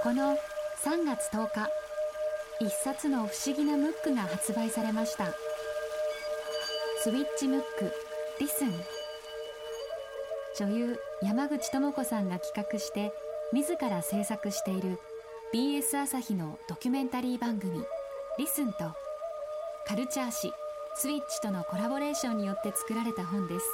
この3月10日、一冊の不思議なムックが発売されました。スイッチムックリスン。女優山口智子さんが企画して自ら制作している BS 朝日のドキュメンタリー番組リスンとカルチャー誌スイッチとのコラボレーションによって作られた本です。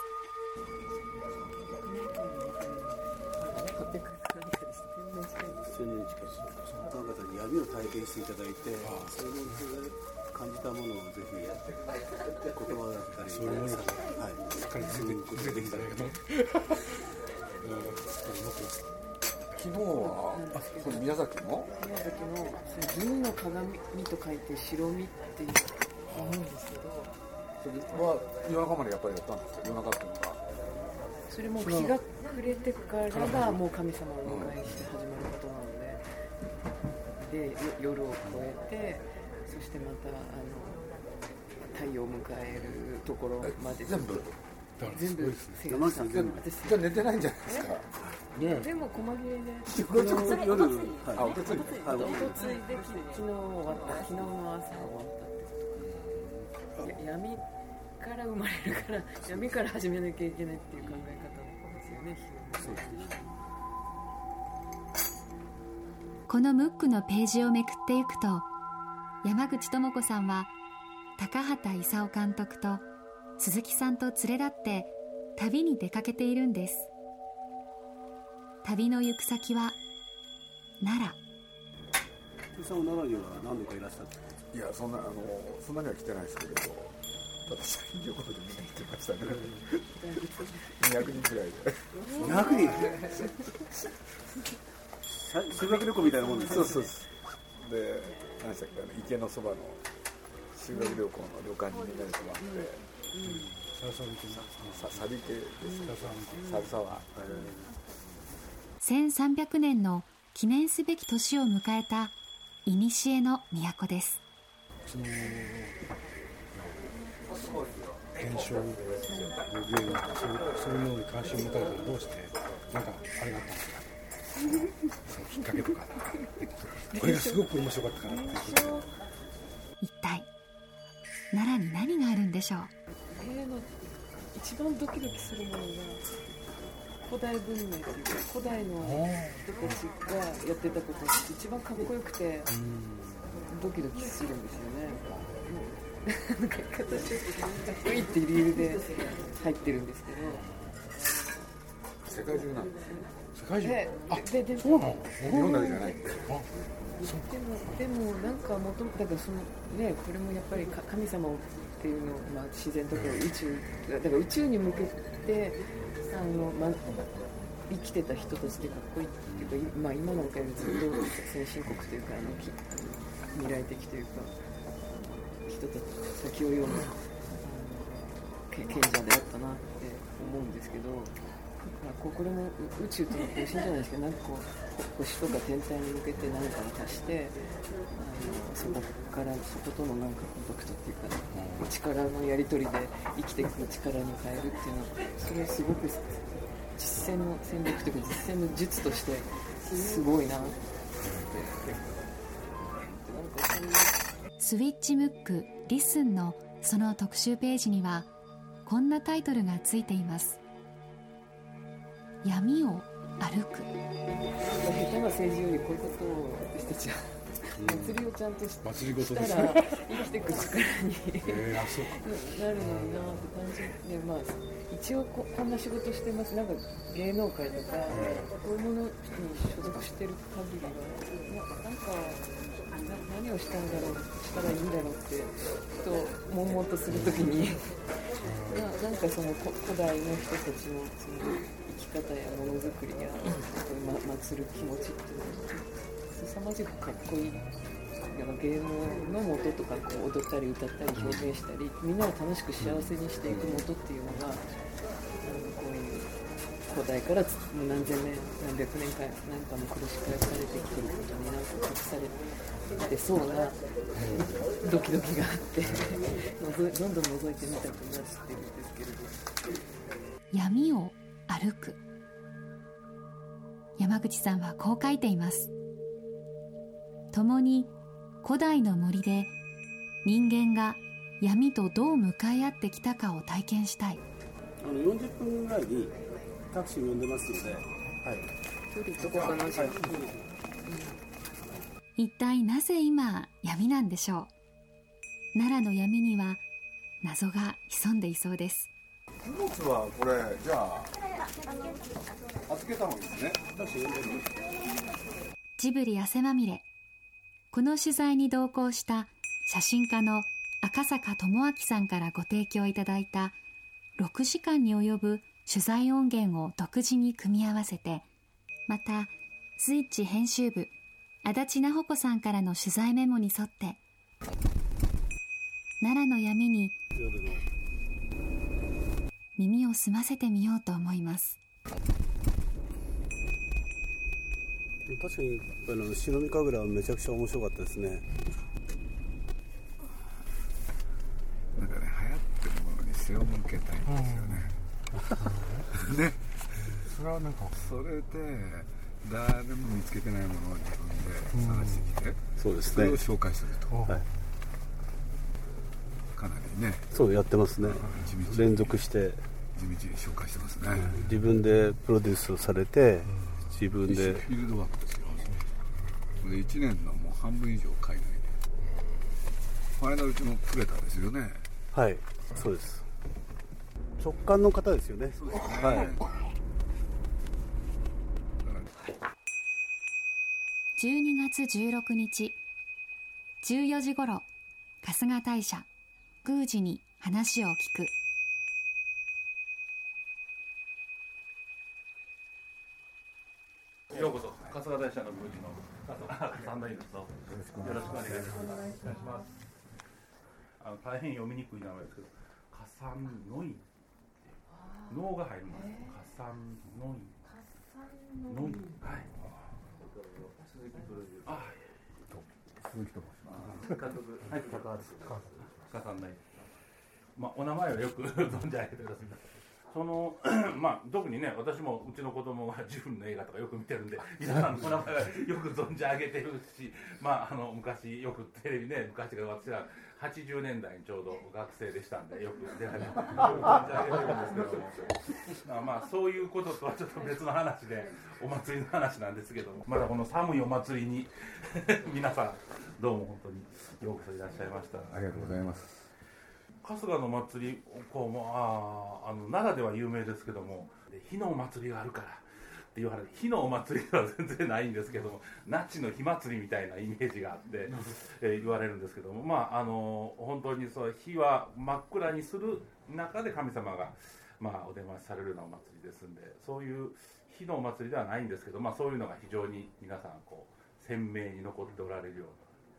1000年近いです。その方に闇を体験していただいて、それで感じたものをぜひ言葉だったり、 そういうものをしっかりそういうことができたらと。 昨日はこの宮崎の銀の鏡と書いて白身って思うんですけど、 それは夜中までやっぱりやったんですか？夜中っていうのがそれも日が暮れてからがもう神様をお迎えして始まることなので、夜を越えて、そしてまた太陽を迎えるところまで全部山口さん全部じゃあ寝てないんじゃないですか？ でも細切れで夜おとついで昨日終わった、昨日の朝終わったって闇から生まれるから闇から始めなきゃいけないっていう考え方ですよね。 そうですね。 このムックのページをめくっていくと、山口智子さんは高畑勲監督と鈴木さんと連れ立って旅に出かけているんです。旅の行く先は奈良。 鈴木さんは奈良には何度かいらっしゃった？ いや、そんなには来てないですけれど、ただ社員旅行で見に来てましたね。200人くらいで。 200人修学旅行みたいなもんですね。 そうで、何でしたっけ、池のそばの修学旅行の旅館にみんなで泊まって、サビ系ですか、サルサは 1300年の記念すべき年を迎えた古の都です。 現象の原因、そういうものに関心を持たれたらどうして、なんかあれがあったんですか？そのきっかけとか、これがすごく面白かったからっていうことで。 一体奈良に何があるんでしょう。 一番ドキドキするものが古代文明っていうか、古代の人たちがやってたことって一番かっこよくてドキドキするんですよね。なんか形かっこいいっていう理由で入ってるんですけど、 世界中なんですよ。 世界中？ でそうなの？ 日本だけじゃない。 でもなんかもともとだからそのね、これもやっぱり神様っていうのを、自然とか宇宙だから宇宙に向けて生きてた人たちでかっこいいっていうか、今なんかよりずっと先進国というか未来的というか人たち先を読む賢者であったなって思うんですけど、これも宇宙との交信じゃないですけど、なんか星とか天体に向けて何かを足してそことのなんかコンタクトっていうか、力のやり取りで生きていく力に変えるっていうのは、それはすごく実践の戦略というか実践の術としてすごいなって。 スイッチムックリスンのその特集ページにはこんなタイトルがついています。闇を歩く。 下手な政治よりこういうことを私たちは祭りをちゃんとしたら生きていく力になるのになって単純に、一応こんな仕事してます。なんか芸能界とかこういうものに所属してる限りはなんか何をしたらいいんだろうってふと悶々とするときになんかその古代の人たちのその生き方やものづくりや祀る気持ちっていうのは凄まじくかっこいい。芸能の元とか踊ったり歌ったり表現したり、みんなを楽しく幸せにしていく元っていうのがこういう古代からもう何千年何百年間何かも繰り返されてきてることになんか隠されてそうなドキドキがあってどんどん覗いてみたくなってるんですけれど、 闇を歩く。山口さんはこう書いています。 共に古代の森で人間が闇とどう向かい合ってきたかを体験したい。 40分ぐらいにタクシー呼んでますので、はい、 どこかな、じゃあ。 一体なぜ今闇なんでしょう。奈良の闇には謎が潜んでいそうです。 荷物はこれじゃあ預けた方がいいですね。 タクシー呼んでる。 ジブリ汗まみれ。この取材に同行した写真家の赤坂智明さんからご提供いただいた6時間に及ぶ取材音源を独自に組み合わせて、またスイッチ編集部足立奈穂子さんからの取材メモに沿って奈良の闇に耳を澄ませてみようと思います。 確かに白身神楽はめちゃくちゃ面白かったですね。 なんかね、流行ってるものに背を向けたいんですよね。ね、 それはなんかそれで誰も見つけてないものを自分で探してきて、 そうですね。 それを紹介すると、 はい、 かなりね、 そうやってますね。連続して地道に紹介してますね。 自分でプロデュースをされて、自分でフィールドワークですよ。で1年のもう半分以上海外で、ファイナルうちのクレタですよね。 はい、そうです。直感の方ですよね。 そうですね。 はい。 12月16日14時ごろ、春日大社宮司に話を聞く。 ようこそ春日大社の宮司の三代です。よろしくお願いします。大変読みにくい名前ですけど、カサンノイ脳が入るんです。カサンノイノイ、はい。鈴木プロデューサー。 鈴木と申します。 監督、はい、高橋カサンナイ。まあお名前はよく存じ上げてください。まあ特にね、私もうちの子供がジブリの映画とかよく見てるんで、皆さんのお名前はよく存じ上げてるし、まあ昔よくテレビね、昔から私ら80年代にちょうど学生でしたんでよく出会い存じ上げてるんですけども、まあそういうこととはちょっと別の話で、お祭りの話なんですけども、まだこの寒いお祭りに皆さんどうも本当にようこそいらっしゃいました。 ありがとうございます。 春日の祭り、奈良では有名ですけども、火のお祭りがあるからっていう話、火のお祭りでは全然ないんですけども、那智の火祭りみたいなイメージがあって、言われるんですけども、本当にそう火は真っ暗にする中で神様が、お出ましされるようなお祭りですんで、そういう火のお祭りではないんですけど、そういうのが非常に皆さん鮮明に残っておられるような。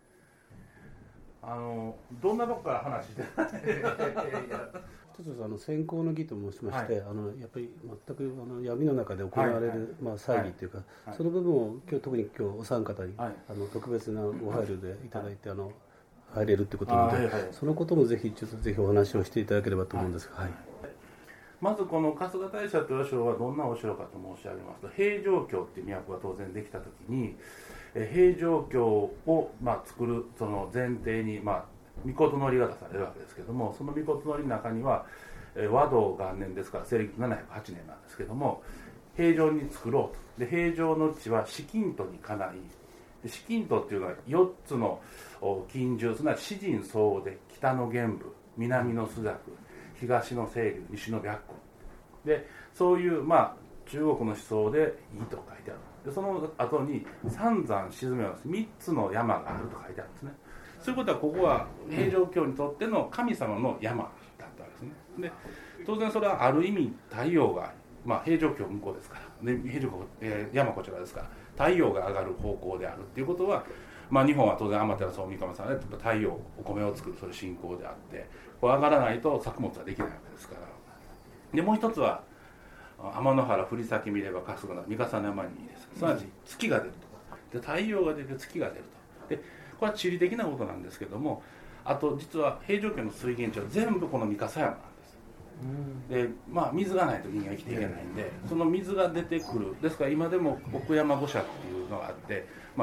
どんなとこから話して一つ先行の儀と申しまして、やっぱり全く闇の中で行われる、祭儀というか、その部分を特に今日お三方に、特別なご配慮でいただいて入れるということなので、そのこともぜひお話をしていただければと思うんですが、 まずこの春日大社というお城はどんなお城かと申し上げますと、平城京っていう都が当然できたときに、平城京を作るその前提に御事のりが出されるわけですけども、その御事のりの中には和道元年ですから西暦708年なんですけども、平城に作ろうと。で平城の地は紫禁都にかなり、紫禁都っていうのは4つの禁獣、すなわち四神相応で北の玄武、南の朱雀、東の清流、西の白虎で、そういう中国の思想でいいと書いてある。でその後に三山鎮めます3つの山があると書いてあるんですね。そういうことはここは平城京にとっての神様の山だったわけですね。で当然それはある意味太陽が、平城京向こうですからで平城京、山こちらですから太陽が上がる方向であるっていうことは、日本は当然天照大神様で太陽お米を作るそれ信仰であって、上がらないと作物はできないわけですから。でもう一つは天の原振り先見れば春日の三笠の山にいいです。すなわち月が出ると。で太陽が出て月が出ると。でこれは地理的なことなんですけども、あと実は平城京の水源地は全部この三笠山なんです。で水がないと人間は生きていけないんで、その水が出てくる。ですから今でも奥山五社っていうのがあって、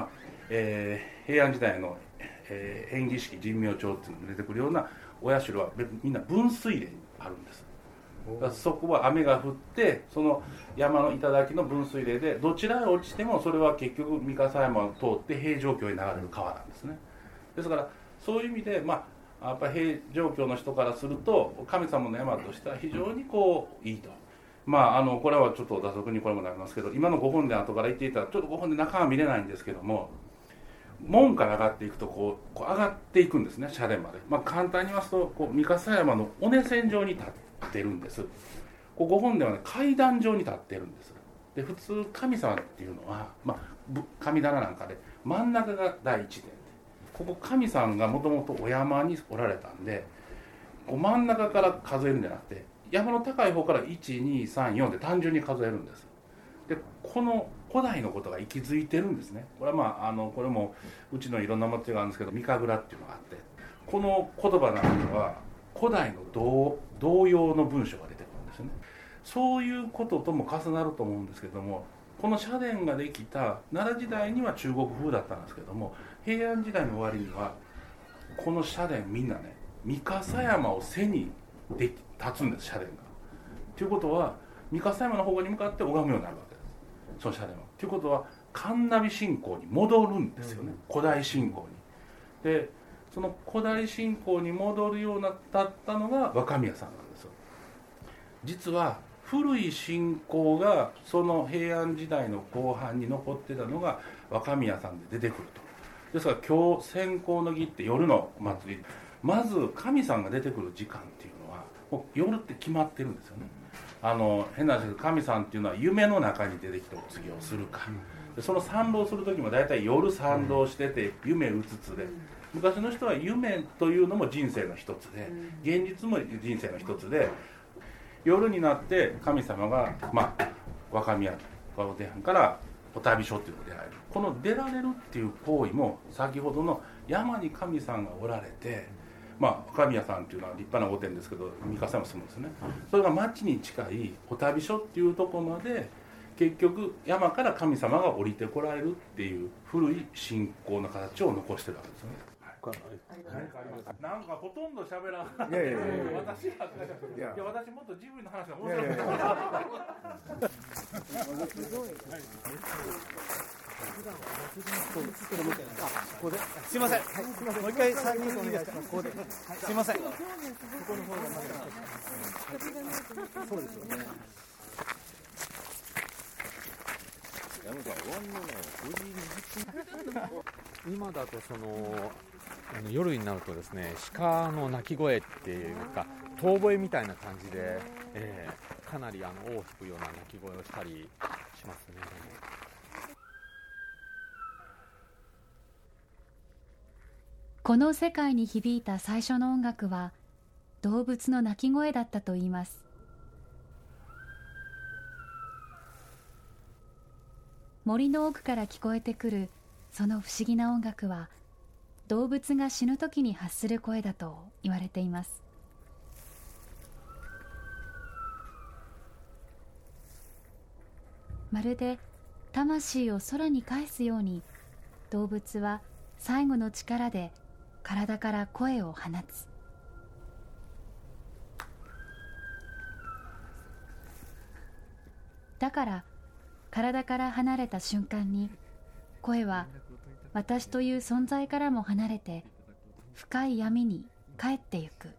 平安時代の、延喜式神明帳っていうのが出てくるようなお社はみんな分水嶺にあるんです。だからそこは雨が降ってその山の頂の分水嶺でどちらへ落ちてもそれは結局三笠山を通って平城京へ流れる川なんですね。ですからそういう意味でやっぱり平城京の人からすると神様の山としては非常にいいと。これはちょっと打足にこれもなりますけど、今の御本殿後から行っていたらちょっと御本殿中は見れないんですけども、門から上がっていくとこう上がっていくんですね、社殿まで。簡単に言いますと三笠山の尾根線上に立ってるんです。御本殿はね階段状に立ってるんです。で普通神様っていうのは、神棚なんかで真ん中が第一殿で、ここ神さんがもともとお山におられたんで、真ん中から数えるんじゃなくて山の高い方から1234で単純に数えるんです。でこの古代のことが息づいてるんですね。これはこれもうちのいろんな祭りがあるんですけど、御神楽っていうのがあって、この言葉なんかは古代の童謡の文章が出てくるんですよね。そういうこととも重なると思うんですけども、この社殿ができた奈良時代には中国風だったんですけども、平安時代の終わりにはこの社殿みんなね三笠山を背に立つんです、社殿が。ということは三笠山の方に向かって拝むようになるわけです、その社殿は。ということは神波信仰に戻るんですよね、古代信仰に。でその古代信仰に戻るようになったのが若宮さんなんですよ。実は古い信仰がその平安時代の後半に残ってたのが若宮さんで出てくると。ですから今日先行の儀って夜のお祭り、まず神さんが出てくる時間っていうのはもう夜って決まってるんですよね。変な話ですけど、神さんっていうのは夢の中に出てきたお告げをするか、でその参籠する時も大体夜参籠してて夢うつつで、昔の人は夢というのも人生の一つで現実も人生の一つで、夜になって神様が若宮お手半からお旅所っていうのを出られる。この出られるっていう行為も先ほどの山に神さんがおられて、若宮さんっていうのは立派な御殿ですけど三笠山住むんですね。それが町に近いお旅所っていうところまで結局山から神様が降りてこられるっていう古い信仰の形を残してるわけですよね。なんかほとんど喋らない。私もっとジブリの話が面白い。 すいません。もう一回3人お願いします。すいません。ここの方がまだ。そうですよね。 今だと夜になるとですね、鹿の鳴き声っていうか遠吠えみたいな感じで、かなり尾を引くような鳴き声をしたりしますね。 この世界に響いた最初の音楽は動物の鳴き声だったといいます。森の奥から聞こえてくるその不思議な音楽は動物が死ぬ時に発する声だと言われています。まるで魂を空に返すように動物は最後の力で体から声を放つ。だから体から離れた瞬間に声は私という存在からも離れて深い闇に帰ってゆく。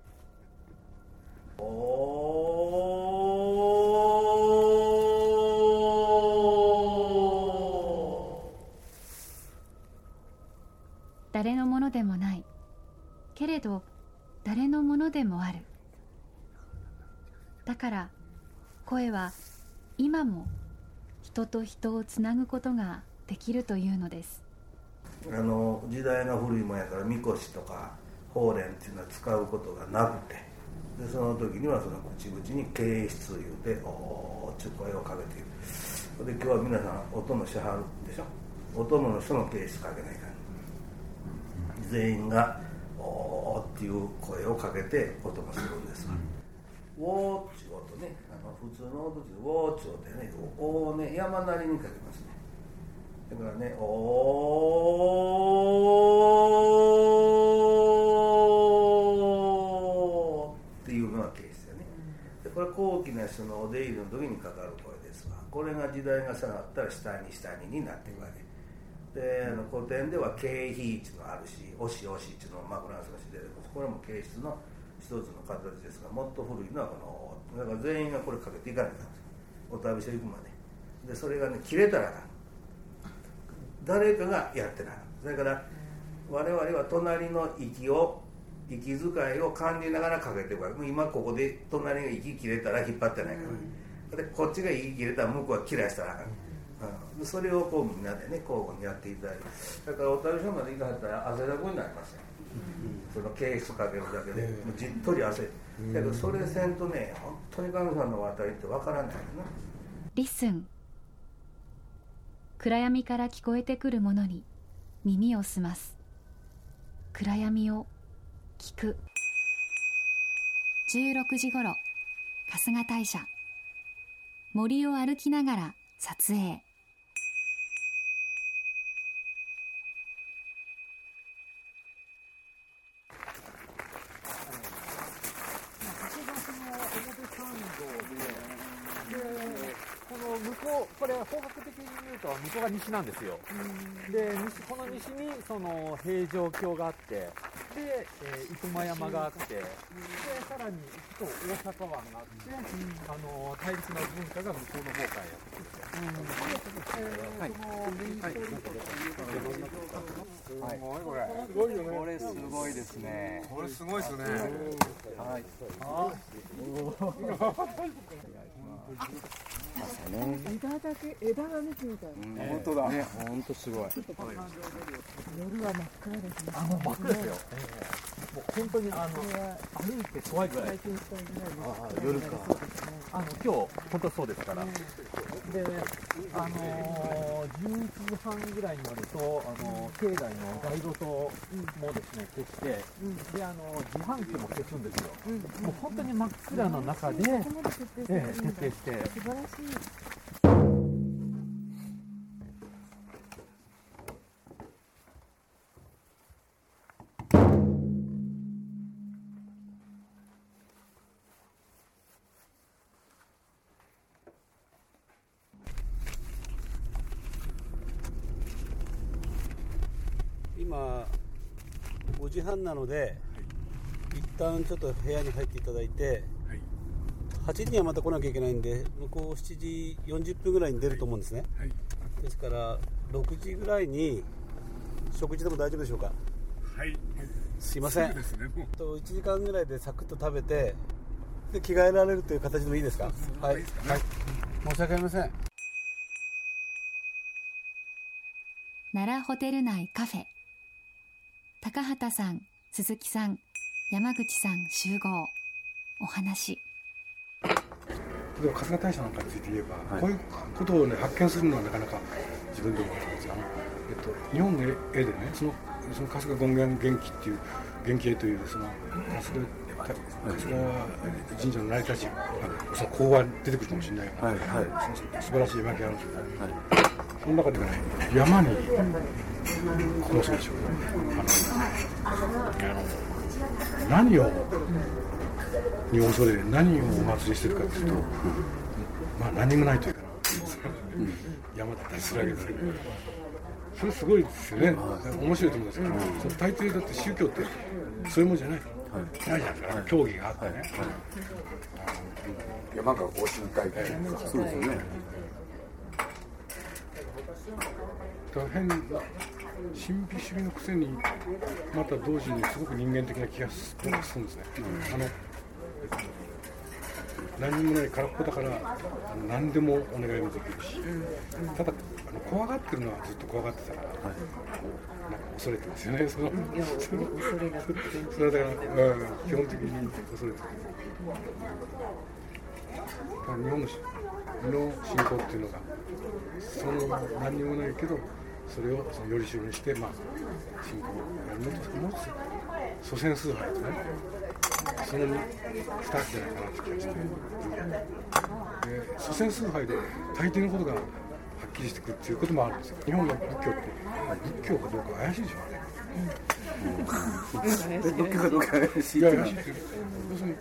誰のものでもないけれど誰のものでもある。だから声は今も人と人をつなぐことができるというのです。 時代が古いもんやからみこしとか法蓮っていうのは使うことがなくて、でその時にはその口々に啓出言うておーって声をかけている。で今日は皆さんお供しはるでしょ。お供の人の啓出かけないから全員がおーっていう声をかけてお供するんです。ウォーっていう音ね、普通の音でウォーっていう音でね、おーね山なりにかけますね。 だからねおーっていうのが形質よね。でこれは高貴な人のお出入りの時にかかる声ですわ。これが時代が下がったら下にになっていくわけで、古典では形比っていうのがあるし、おしおしっていうのをフランス語して出てくる。これも形質の一つの形ですが、もっと古いのはこのだから全員がこれかけていかないとお旅所行くまでで、それがね切れたら誰かがやってない。それから我々は隣の息遣いを感じながらかけていくわけ。今ここで隣が息切れたら引っ張ってないから、でこっちが息切れたら向こうは切らしたらあかん、それをこうみんなでね交互にやっていただいて、だからお旅所まで行かはったら汗だくになりますよ、その形質かけるだけで、もうじっとり汗だけどそれせんとね本当に神様の渡りってわからないよな。 リッスン。暗闇から聞こえてくるものに耳を澄ます。暗闇を聞く。16時ごろ、春日大社。森を歩きながら撮影。 向こう、これ方角的に見ると向こうが西なんですよ。でこの西にその平城京があって、で生駒山があって、でさらに行くと大阪湾があって、大陸の文化が向こうの方からやってくる。 これすごいですね。これすごいですね。はい。枝が見てみたい。本当だ。ね、本当すごい。夜は真っ暗ですね。 もう真っ暗ですよ。もう本当に歩いて怖いぐらい。夜か。今日本当そうですから。で、11時半ぐらいになると境内の街路灯もですね消して、で自販機も消すんですよ。もう本当に真っ暗の中で徹底して。素晴らしい。 今5時半なので、一旦ちょっと部屋に入っていただいて、8時にはまた来なきゃいけないんで、向こう7時40分ぐらいに出ると思うんですね、ですから6時ぐらいに食事でも大丈夫でしょうか。 はい、 すいません、1時間ぐらいでサクッと食べて、で着替えられるという形でもいいですか。はい、はい、申し訳ありません。 奈良ホテル内カフェ。高畑さん、鈴木さん、山口さん集合。お話。 例えば春日大社なんかについて言えば、こういうことを、ね、発見するのはなかなか自分でもなんですが、日本の絵でね、その春日権現元気っていう元気絵というその春日神社の成り立ち、その講話に出てくるかもしれないような、素晴らしい絵巻があるんですけど、その中ではね、山にこのそうでしょう、何を日本それで何をお祭りしてるかというと、何もないというかな、山だったりするわけですけど、それすごいですよね。面白いと思うんですけど、その大抵だって宗教ってそういうもんじゃない、ないじゃないですか、教義があってね、 山がこう深海っていうか、そうですよね。 大変神秘主義のくせにまた同時にすごく人間的な気がするんですね。何もない空っぽだから何でもお願いもできるし、ただ怖がってるのはずっと怖がってたから、なんか恐れてますよね。それはだから、基本的に恐れてる。日本の信仰っていうのがその何にもないけど、それをそのよりしろにして、信仰をやるのともう祖先崇拝とね、その2つじゃないかなって気がして、祖先崇拝で大抵のことがっきりしてくるっていうこともあるんですよ。日本の仏教って仏教かどうか怪しいでしょうね。 仏教かどうか怪しい。 いや怪しいって要するに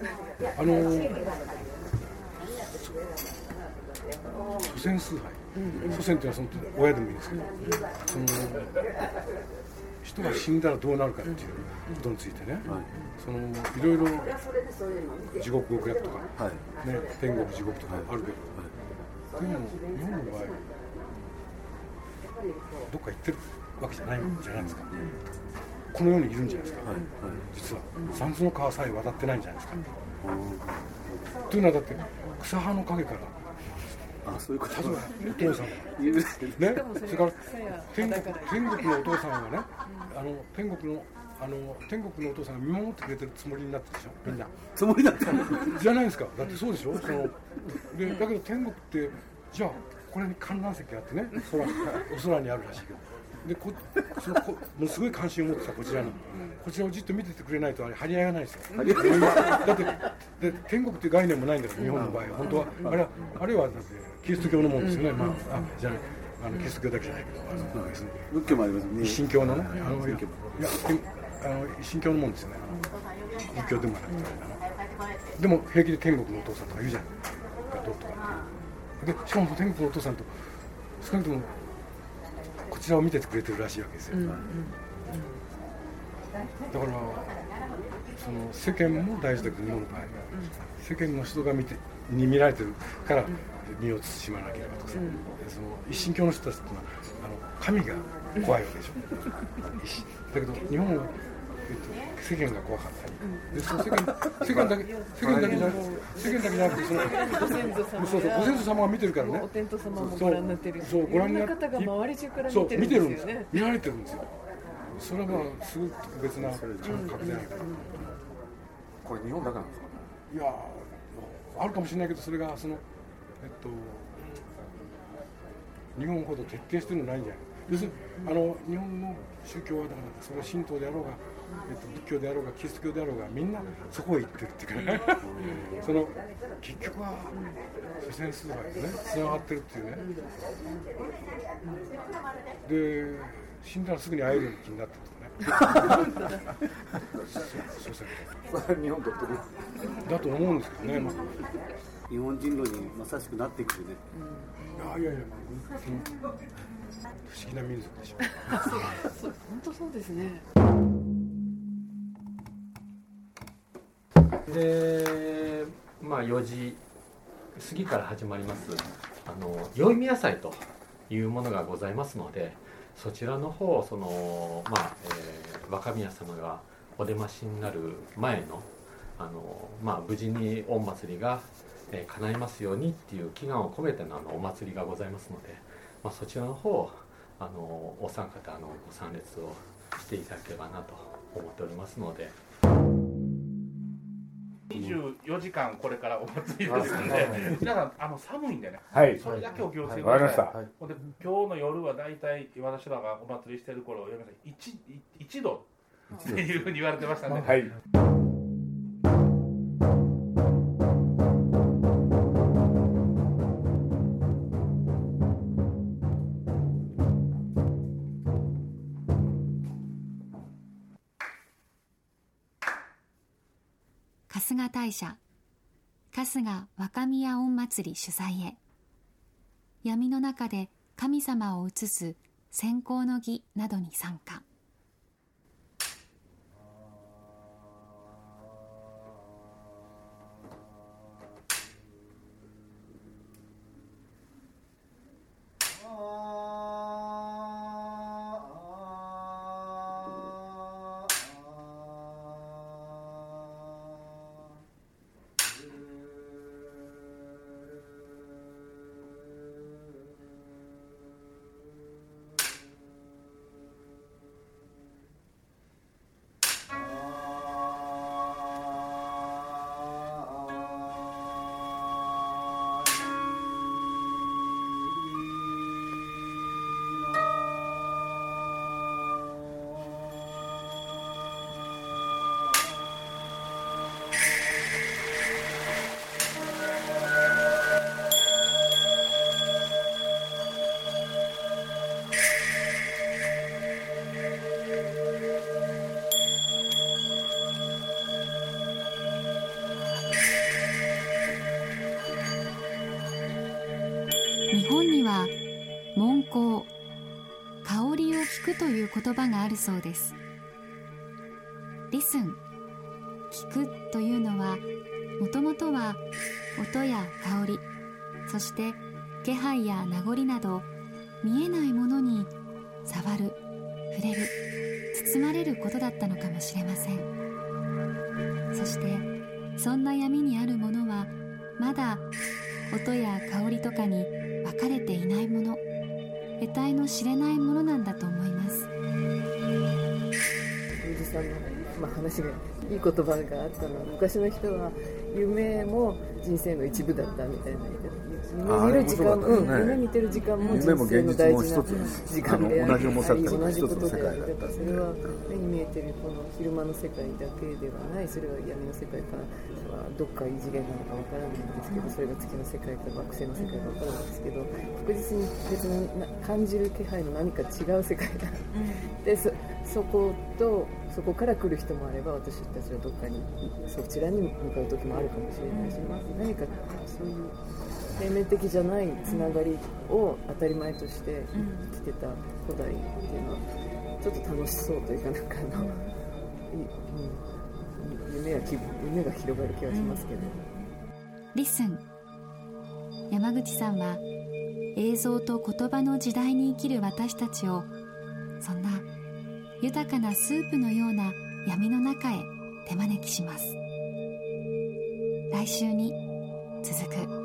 祖先崇拝、祖先っていうのはその親でもいいんですけど、その人が死んだらどうなるかっていうことについてね、そのいろいろ地獄極楽とか、ね、天国地獄とかあるけど、でも日本の場合どっか行ってるわけじゃないんじゃないですか。この世にいるんじゃないですか、実は三途の川さえ渡ってないんじゃないですか。というのはだって草葉の陰からそういうことお父さんがね、それから天国のお父さんがね、天国のお父さんが見守ってくれてるつもりになってるでしょ、みんなつもりだったじゃないですか。だってそうでしょ。だけど天国ってじゃあこれに観覧席があってね、お空にあるらしいけど、でもうすごい関心を持ってたこちらに、こちらをじっと見ててくれないと張り合いがないですよ。だって天国っていう概念もないんだから、日本の場合は本当はあれはだってキリスト教のもんですよね。じゃないキリスト教だけじゃないけど、 仏教もありますね。 一神教のね、一神教のもんですよね。仏教でもなくて、でも平気で天国のお父さんとか言うじゃないか、どうとかで、しかも天国のお父さんと少なくともこちらを見ててくれてるらしいわけですよ。だからその世間も大事だけど、日本の場合世間の人が見られてるから身を慎まなければとかさ、その一神教の人たちっていうのは神が怖いわけでしょ。だけど日本は、世間が怖かったり、でその世間だけじゃなくて、そのご先祖様が見てるからね。 お天道様もご覧になってるし、 そうご覧になって、 いろんな方が周り中から見てるんですよね。 見られてるんですよ。それはすごく特別な感覚じゃないかな。 これ日本だけなんですか。 いやあるかもしれないけど、それが日本ほど徹底してるのないんじゃない。要するに日本の宗教はだから、それは神道であろうが、仏教であろうがキリスト教であろうが、みんなそこへ行ってるっていうかねその結局は祖先崇拝でねつながってるっていうね。で死んだらすぐに会えるような気になってるとかねそれ日本独特だと思うんですけどね。 日本人論にまさしくなってくるね。 いや不思議な民族でしょ本当そうですね。 で、4時過ぎから始まります宵宮祭というものがございますので、そちらの方若宮様がお出ましになる前の無事に御祭りが叶いますようにっていう祈願を込めてのお祭りがございますので、そちらの方お三方ご参列をしていただければなと思っておりますので。 24時間これからお祭りですので、皆さん寒いんでね、それだけお気をつけください。で今日の夜はだいたい私らがお祭りしてる頃、1度っていうふうに言われてましたね。 春日大社春日若宮御祭り主催へ、闇の中で神様を移す先行の儀などに参加。 香、香りを聞くという言葉があるそうです。リスン、聞くというのはもともとは音や香り、そして気配や名残など見えないものに触る、触れる、包まれることだったのかもしれません。そしてそんな闇にあるものはまだ音や香りとかに分かれていないもの、得体の知れないものなんだと思います。 おじさんの、話がいい言葉があったのは、昔の人は夢も人生の一部だったみたいな言ってた。夢見る時間、夢見てる時間も人生の大事な時間であり、同じことである。だからそれは目に見えてるこの昼間の世界だけではない、それは闇の世界からどっか異次元なのかわからないんですけど、それが月の世界か惑星の世界かわからないんですけど、確実に別の感じる気配の何か違う世界だ。でそこから来る人もあれば、私たちはどっかにそちらに向かう時もあるかもしれないし、何かそういう平面的じゃないつながりを当たり前として生きてた古代っていうのはちょっと楽しそうというか、夢が広がる気がしますけど。 リスン、山口さんは映像と言葉の時代に生きる私たちをそんな豊かなスープのような闇の中へ手招きします。来週に続く。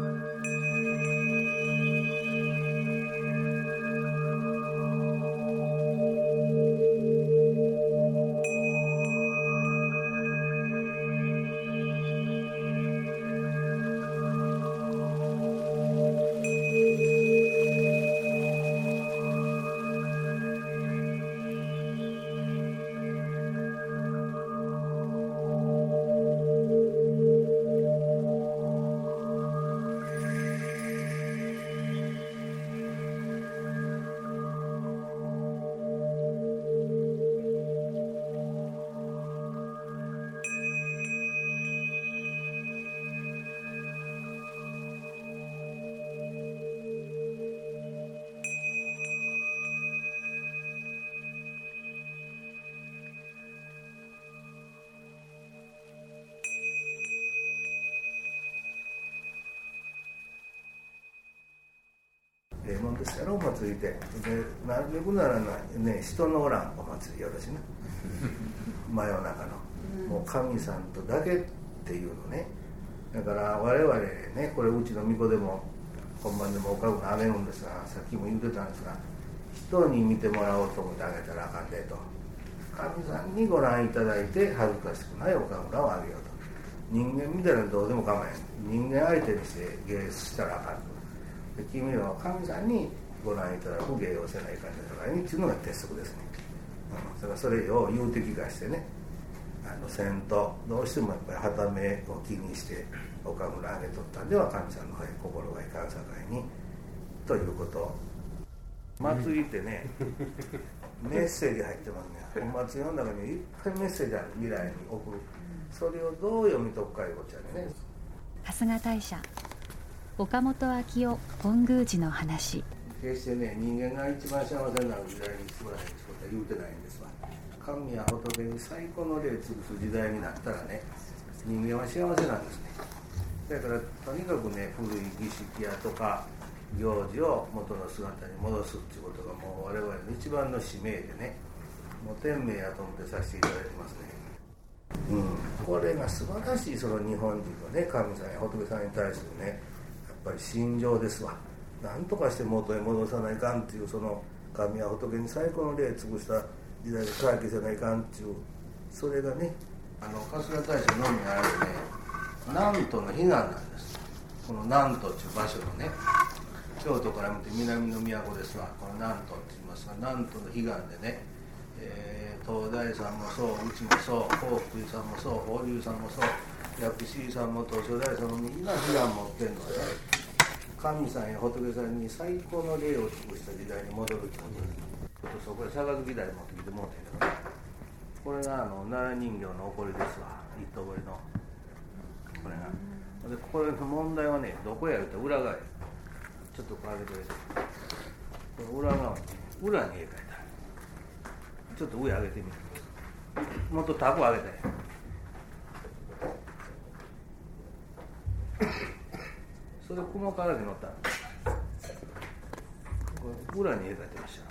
もんですからお祭りで、なるべくならね、人のおらんお祭りよろしいな真夜中のもう神さんとだけっていうのね。だから我々ね、これうちの巫女でも本番でもおかぐのあげるんですが、さっきも言ってたんですが、人に見てもらおうと思ってあげたらあかんでと、神さんにご覧いただいて恥ずかしくないお神楽をあげようと。人間みたいなのどうでも構えん、人間相手にして芸したらあかんと。君らは神さんにご覧いただく芸をせないかんじゃないにっていうのが鉄則ですね。だからそれを有的化してね、せんとどうしてもやっぱり旗目を気にしてお神楽あげとったんでは神さんの方へ心がいかんさかいにということ。祭りってねメッセージ入ってますね。お祭りの中にいっぱいメッセージある、未来に送る。それをどう読み解くかいうことやね。 春日大社岡本昭夫本宮寺の話。 決してね、人間が一番幸せになる時代に作らないことは言うてないんですわ。神や仏に最高の礼を尽くす時代になったらね、人間は幸せなんですね。だからとにかくね、古い儀式やとか行事を元の姿に戻すっていうことがもう我々の一番の使命でね、もう天命やと思ってさせていただいてますね。これが素晴らしい、その日本人のね、神さんや仏さんに対するね、やっぱり信条ですわ。何とかして元へ戻さないかんっていう、その神や仏に最高の礼を尽くした時代で回帰せないかんっていう、それがね、春日大社のみあるね、南都の彼岸なんです。この南都っていう場所のね、京都から見て南の都ですわ。この南都って言いますが、南都の彼岸でね、東大さんもそう、うちもそう、興福寺さんもそう、法隆さんもそう、薬師さんも東照大さんもみんな彼岸持ってるので、神さんや仏さんに最高の礼を尽くした時代に戻るってことです。ちょっとそこで杯台持ってきてもらったけどね、これが奈良人形のおこりですわ。一刀彫りのこれがで、これの問題はね、どこやると裏側や。ちょっとこれ上げてください。 裏側に裏に絵描いた。ちょっと上上げてみる。もっとタコ上げたい。それ雲からで乗ったの。裏に絵描いてました。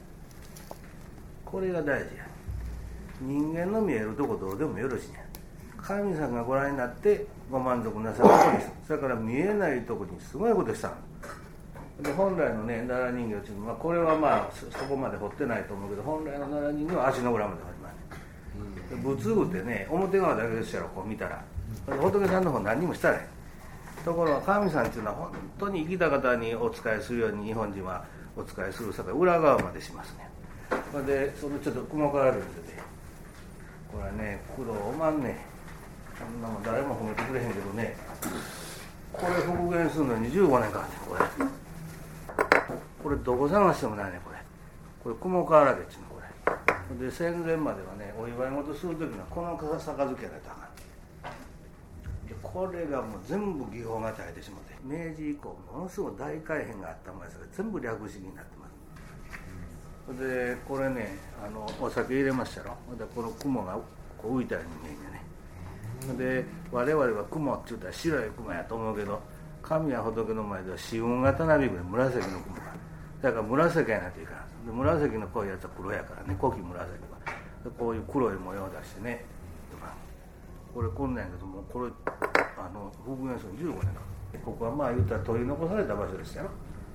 これが大事や。人間の見えるとこどうでもよろしいんや。神さんがご覧になってご満足なさることにする。それから見えないとこにすごいことしたの。で本来のね奈良人形っていうのは、これはまあそこまで彫ってないと思うけど、本来の奈良人形は足の裏まで彫ります。仏具ってね表側だけでしたらこう見たら仏さんの方何にもしたらへん。ところが神さんっていうのは本当に生きた方にお仕えするように日本人はお仕えするさか裏側までしますね。でそのちょっと雲からるんでね、これはね苦労おまんね、そんなもん誰も褒めてくれへんけどね、これ復元するのに15年かかってん。これどこ探してもないね。これ雲川原家っていうの。これで戦前まではねお祝い事する時にはこの杯やられたかん。これがもう全部技法が耐えてしまって、明治以降ものすごい大改変があったもんですから全部略式になってます。でこれねお酒入れましたろ。でこの雲がこう浮いたように見えんね。で我々は雲って言ったら白い雲やと思うけど、神や仏の前では紫雲型なびく紫の雲が、だから紫やなといかん。で紫の濃いやつは黒やからね、濃き紫はでこういう黒い模様を出してねとか、これこんなんやけども、これ復元するの15年か。ここはまあ言ったら取り残された場所でしたよ。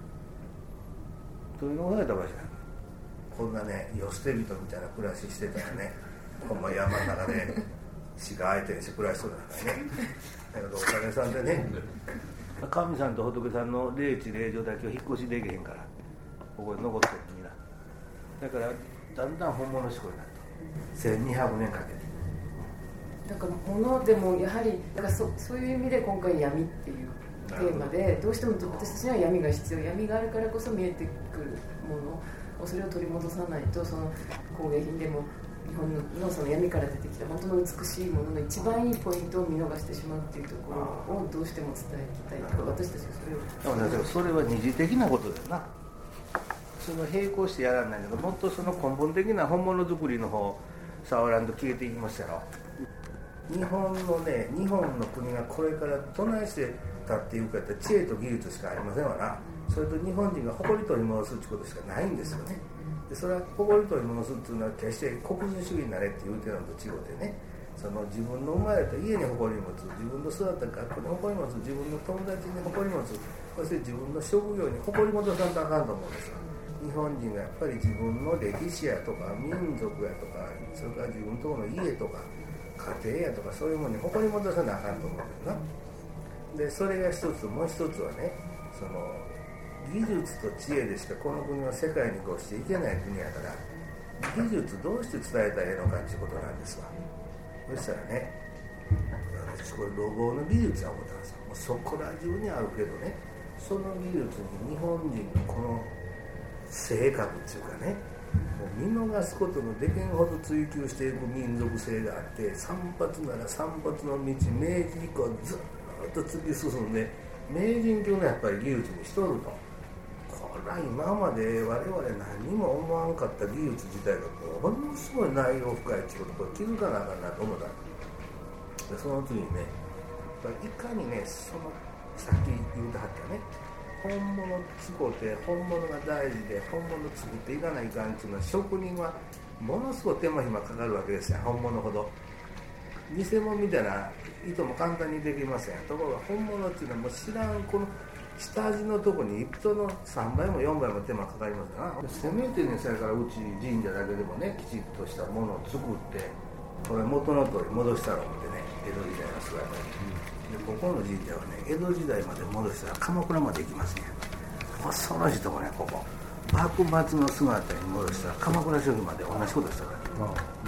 取り残された場所や。こんなね世捨て人みたいな暮らししてたらね、ほんま山の中で死が相手にして暮らしそうだからね。だけどお金さんでね、神さんと仏さんの霊地霊場だけを引っ越しできへんからここに残ってるみんな。だからだんだん本物志向になった1200年かけて。 だから物でもやはりだからそういう意味で今回闇っていうテーマで、どうしても私たちには闇が必要、闇があるからこそ見えてくるものをそれを取り戻さないと、その工芸品でも日本のその闇から出てきた本当の美しいものの一番いいポイントを見逃してしまうっていうところをどうしても伝えたいとか、私たちはそれを。 だからそれは二次的なことだよな。その並行してやらないけど、もっとその根本的な本物作りの方触らんと消えていきましたよ。日本の国がこれからどないして立っていくかって知恵と技術しかありませんわな。それと日本人が誇り取り戻すってことしかないんですよね。でそれは誇り取り戻すっていうのは決して国民主義になれって言うてるのと違うてね、その自分の生まれた家に誇り持つ、自分の育った学校に誇り持つ、自分の友達に誇り持つ、そして自分の職業に誇り戻さんとあかんと思うんですよ。日本人がやっぱり自分の歴史やとか民族やとか、それから自分のところの家とか家庭やとかそういうものに誇り戻さなあかんと思うんだよな。でそれが一つ、もう一つはね、その技術と知恵でしかこの国は世界に越していけない国やから、技術どうして伝えたらええのかっていうことなんですわ。そしたらね、私これ路傍の技術は思ったんですよ。もうそこら中にあるけどね、その技術に日本人のこの性格っていうかね、もう見逃すことのできんほど追求していく民族性があって、散髪なら散髪の道、明治以降ずっと突き進んで名人級のやっぱり技術にしとると。これは今まで我々何にも思わんかった技術自体がものすごい内容深いっていうことを気づかなあかんなと思ったで、その次にね、いかにね、そのさっき言うてはったね、本物使って本物が大事で本物作っていかないかんっていうのは、職人はものすごい手間暇かかるわけですよ。本物ほど偽物みたいな糸も簡単にできません。ところが本物っていうのはもう知らん、この下地のとこに糸の3倍も4倍も手間かかりますよな。せめてね、それからうち神社だけでもね、きちっとしたものを作ってこれ元の通り戻したら思ってね、江戸時代の姿に、でここの神社はね、江戸時代まで戻したら鎌倉まで行きますね。恐ろしいとこね、ここ幕末の姿に戻したら鎌倉初期まで同じことしたから、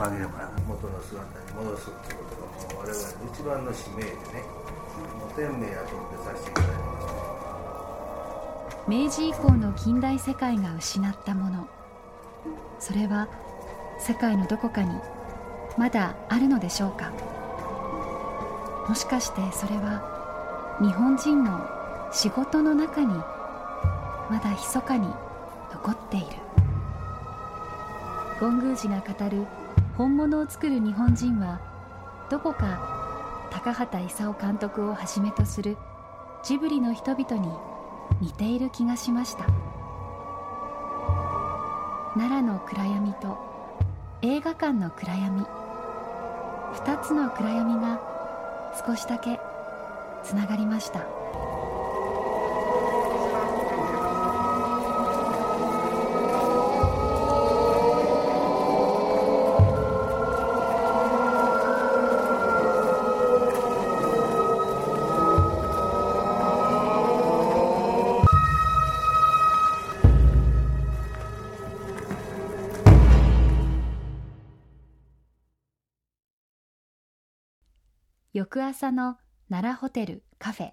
紛れもなく元の姿に戻すっていうことがもう我々の一番の使命でね、もう天命やと思ってさせていただいてますね。 明治以降の近代世界が失ったもの、それは世界のどこかにまだあるのでしょうか。もしかしてそれは日本人の仕事の中にまだ密かに残っている。権宮寺が語る本物を作る日本人は、どこか高畑勲監督をはじめとするジブリの人々に似ている気がしました。奈良の暗闇と映画館の暗闇、2つの暗闇が少しだけつながりました。翌朝の奈良ホテルカフェ。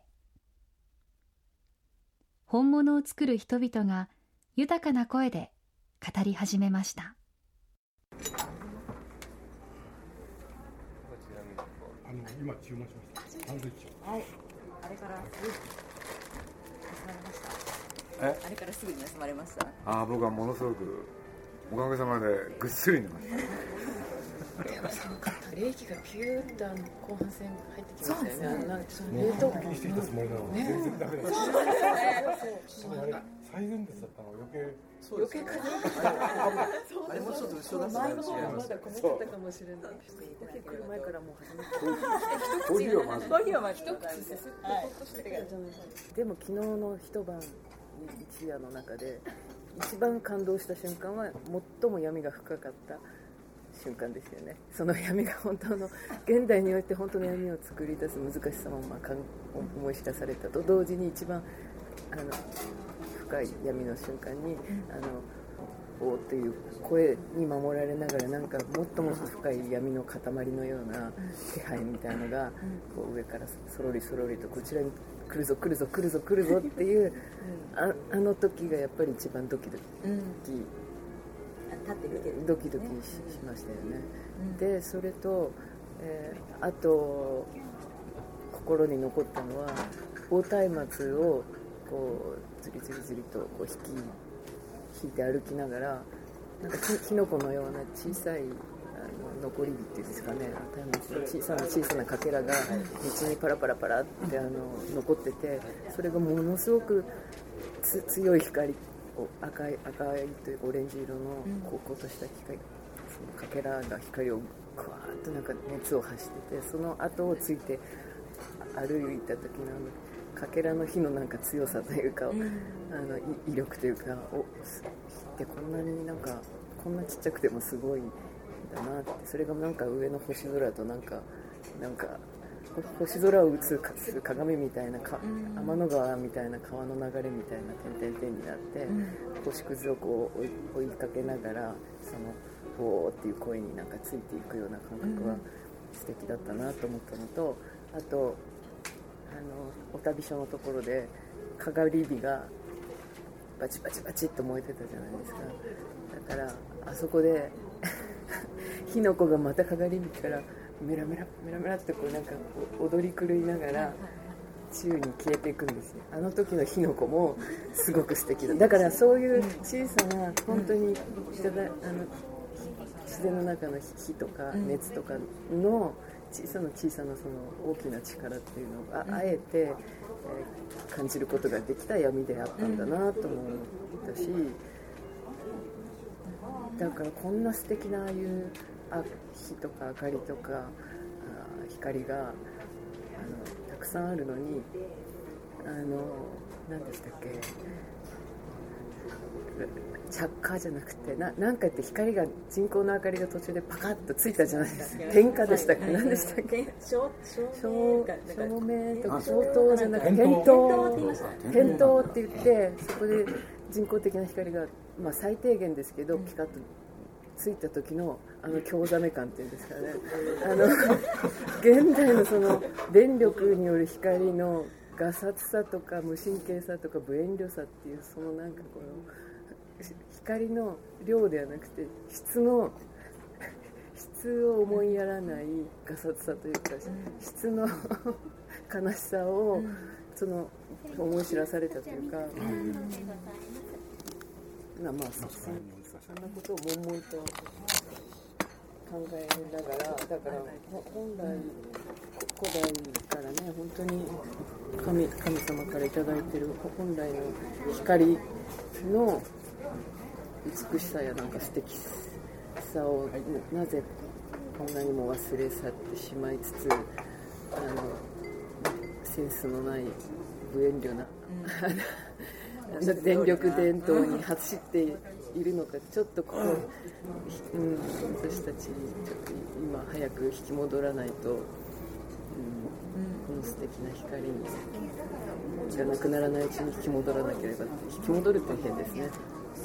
本物を作る人々が豊かな声で語り始めました。 今注文しました。サンドイッチ。 はい。あれからすぐに休まれました。あれからすぐに休まれました。 僕はものすごくおかげさまでぐっすり寝ました。 冷気がピューッと後半戦入ってきましたよね。冷凍庫にしていたつもりなのに全然ダメだった。 最前列だったの余計かあれもちょっと後ろだった前の方がまだこもってたかもしれない。来る前からもう始めてコーヒーをまず一口すすってほっとしてからじゃない。でも昨日の一晩一夜の中で一番感動した瞬間は最も闇が深かった瞬間ですよね。その闇が本当の現代において本当の闇を作り出す難しさも思い知らされたと同時に一番深い闇の瞬間におーっていう声に守られながらなんかもっともっと深い闇の塊のような気配みたいなのがこう上からそろりそろりとこちらに来るぞ来るぞ来るぞ来るぞっていうあの時がやっぱり一番ドキドキドキドキしましたよね。でそれと、あと心に残ったのは大松明をこうずりずりずりとこう引いて歩きながらなんかキノコのような小さい残り火っていうんですかね、松明の小さなかけらが道にパラパラパラって残ってて、それがものすごく強い光赤いというオレンジ色のこうとした光、そのかけらが光をクワーッとなんか熱を発してて、その後をついて歩いた時のかけらの火のなんか強さというか、威力というか、火ってこんなになんかこんなちっちゃくてもすごいんだなって、それがなんか上の星空となんか星空を映す鏡みたいな天の川みたいな川の流れみたいな点々々になって、星屑をこう追いかけながらそのボーっていう声になんかついていくような感覚は素敵だったなと思ったのと、あとお旅所のところでかがり火がバチバチバチっと燃えてたじゃないですか。だからあそこで火の粉がまたかがり火からメラメラメラメラってこうなんか踊り狂いながら宙に消えていくんですよ。あの時の火の粉もすごく素敵だ。だからそういう小さな本当に自然の中の火とか熱とかの小さなその大きな力っていうのをあえて感じることができた闇であったんだなとも思ったし、だからこんな素敵なああいう火とか明かりとか光がたくさんあるのに何でしたっけ、着火じゃなくてなんかって光が人工の明かりが途中でパカッとついたじゃないですか。点火でしたっけ、何でしたっけ、照明とか消灯じゃなくて点灯って言って、そこで人工的な光が、最低限ですけどピカッとついた時の興ざめ感っていうんですかね、現代のその電力による光のガサツさとか無神経さとか無遠慮さっていう、そのなんかこの光の量ではなくて質を思いやらないガサツさというか、質の悲しさをその思い知らされたというか、 まあそんなことを悶々と考えながら、だから本来古代からね、本当に神様からいただいている本来の光の美しさやなんか素敵さをなぜこんなにも忘れ去ってしまいつつ、センスのない無遠慮な、電力伝統に走っているのか、ちょっと私たちちょっと今早く引き戻らないと、この素敵な光がなくならないうちに引き戻らなければって、引き戻るって変ですね。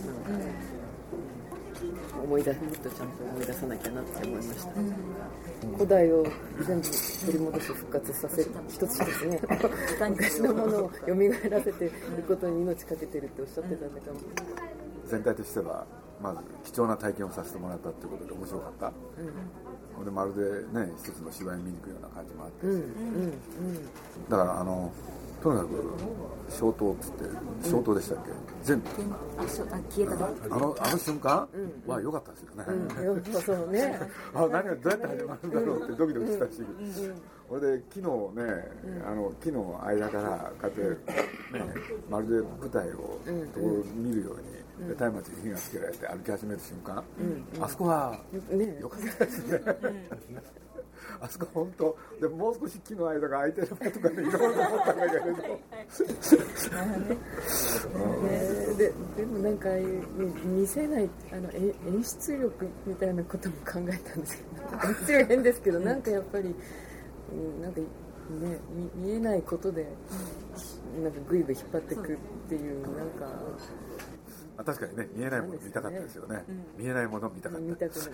もっとちゃんと思い出さなきゃなって思いました。古代を全部取り戻し復活させる一つですね。昔のものを蘇らせていることに命かけてるっておっしゃってたんだから、 全体としてはまず貴重な体験をさせてもらったっていうことで面白かった。でまるでね、一つの芝居見に行くような感じもあってし、だからとにかく消灯っつって消灯でしたっけ、全部消えたあの瞬間は良かったですよね。 そうね。 何がどうやって始まるんだろうってドキドキしたし、俺で木のね、木の間からこうやってね、まるで舞台を見るように松明に火がつけられて歩き始める瞬間、あそこは良かったですね。あそこ本当でもう少し木の間が空いてればとかね、いろいろ思ったんだけれどでもなんか見せない演出力みたいなことも考えたんですけど、演出力変ですけど、なんかやっぱりなんかね、見えないことでなんかグイグイ引っ張ってくっていう、なんか確かにね、見えないもの見たかったですよね。見えないもの見たかった。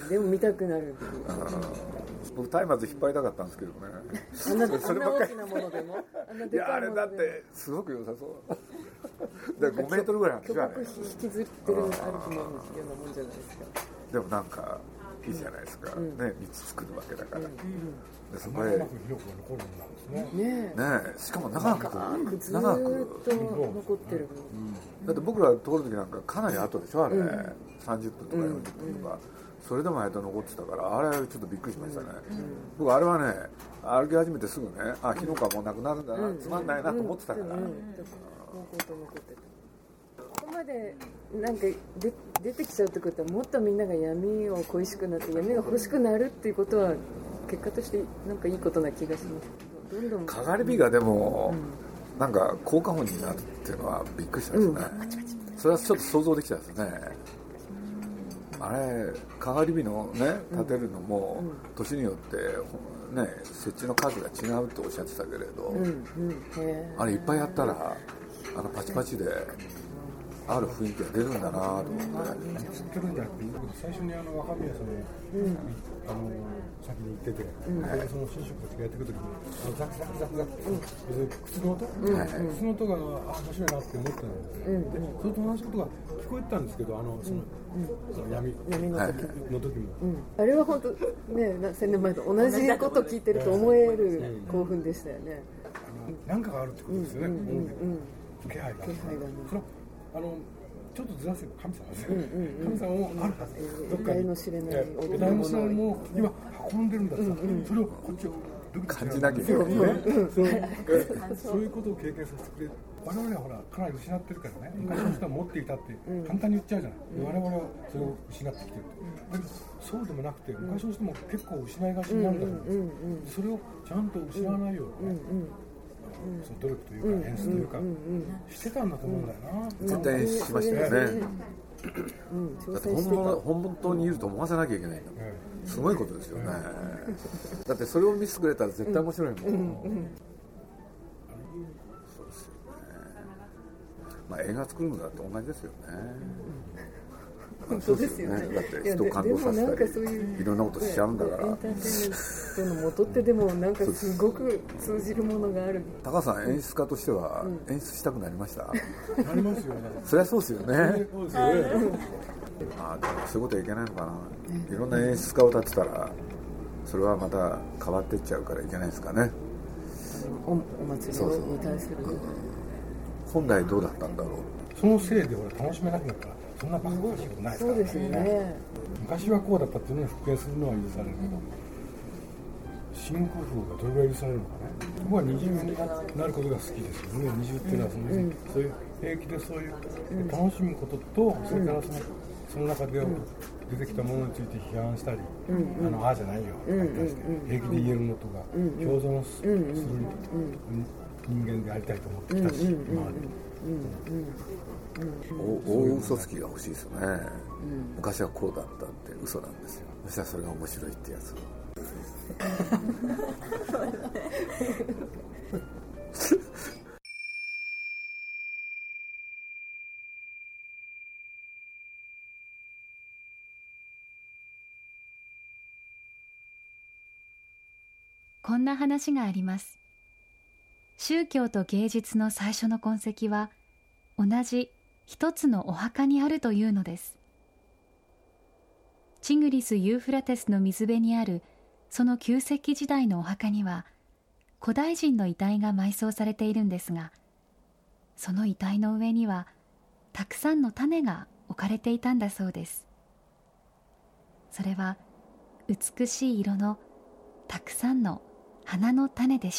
でも見たくなる。 僕松明引っ張りたかったんですけどね。 あんな大きなものでも。 いや、あれだってすごく良さそうで、5メートルぐらいなんですよ。 引きずってる歩くようなもんじゃないですか。 でもなんかいいじゃないですか、ね、道作るわけだから、でそこへ広く残るんですね。 しかも長くずっと残ってる。 だって僕ら通る時なんかかなり後でしょ、あれ、30分とか40分とか、それでもあれと残ってたから、あれちょっとびっくりしましたね。僕あれはね、歩き始めてすぐね、昨日からもうなくなるんだな、つまんないなと思ってたから、 ここまでなんか出てきちゃうってことは、もっとみんなが闇を恋しくなって闇が欲しくなるっていうことは結果としてなんかいいことな気がします。どんどんかがり火がでも、なんか効果音になるっていうのはびっくりしたですね、それはちょっと想像できたですね。あれかがり火のね立てるのも、年によってね設置の数が違うっておっしゃってたけれど、あれいっぱいやったらパチパチである雰囲気が出るんだなと思って。 最初に若宮さんの先に行ってて、その新宿たちがやってくるときにザクザクザクザクって靴の音、靴の音が面白いなって思ったんです。でそれと同じことが聞こえてたんですけど、その闇の時も、 あれは本当ね、1000年前と同じこと聞いてると思える興奮でしたよね。 何かがあるってことですよね。気配がちょっとずらせば神様ですよ。神様もあるはず。 得体の知れない得体の知れないものを今運んでるんだったら、それをこっちを感じなきゃいけないね。 そういうことを経験させてくれる。我々はほらかなり失ってるからね、昔の人は持っていたって簡単に言っちゃうじゃない。我々はそれを失ってきてる。だけどそうでもなくて、昔の人も結構失いがちになるんだと思うんです。それをちゃんと失わないようにね、努力というか演出というかしてたんだと思うんだよな。 絶対演出しましたよね。だって本当にいると思わせなきゃいけないんだもん。すごいことですよね。だってそれを見せてくれたら絶対面白いもん。そうですよね。まあ映画作るのだって同じですよね。 本当ですよね。 だって人を感動させたりいろんなことしちゃうんだから。 エンターテインメントの元ってでもなんかすごく通じるものがある。 高さん演出家としては演出したくなりました。 なりますよね。 そりゃそうですよね。そうですよね。でもそういうことはいけないのかな。いろんな演出家を立てたらそれはまた変わっていっちゃうからいけないですかね。 お祭りに対する。 本来どうだったんだろう。 そのせいで俺楽しめなくなった。 そんなバカバカしいことないですからね。 そうですよね。 昔はこうだったっていうのを復権するのは許されるけど、新工夫がどれぐらい許されるのかね。僕は20になることが好きですよね。20っていうのはそういう平気でそういう楽しむことと、それからその中で出てきたものについて批判したり、ああじゃないよとかして平気で言えるのとか、共存する人間でありたいと思ってきたし、 大嘘つきが欲しいですよね。昔はこうだったって嘘なんですよ。そしたらそれが面白いってやつをこんな話があります。宗教と芸術の最初の痕跡は同じ一つのお墓にあるというのです。チグリス・ユーフラテスの水辺にあるその旧石器時代のお墓には古代人の遺体が埋葬されているんですが、その遺体の上にはたくさんの種が置かれていたんだそうです。それは美しい色のたくさんの花の種でした。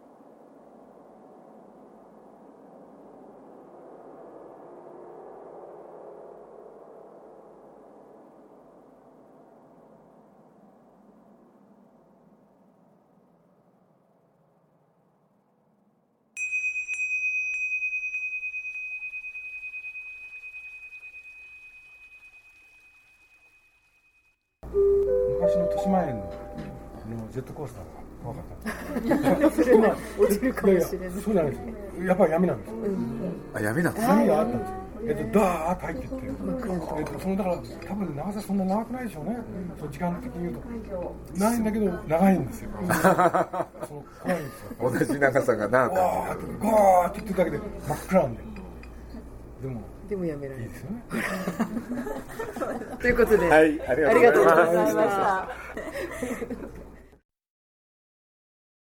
昔の豊島園のジェットコースターが怖かった。それは落ちるかもしれない。 そうじゃないですよ。やっぱり闇なんですよ。 あ、闇なんです闇があったんですよ。ダーッと入っていって、そのだから多分長さそんな長くないでしょうね。そう時間的に言うとないんだけど長いんですよ。その怖いんですよ。 同じ長さが長くゴーって言ってるだけで真っ暗なんで。 でもやめられない。 いいですよね。 ということで、 はい、ありがとうございました。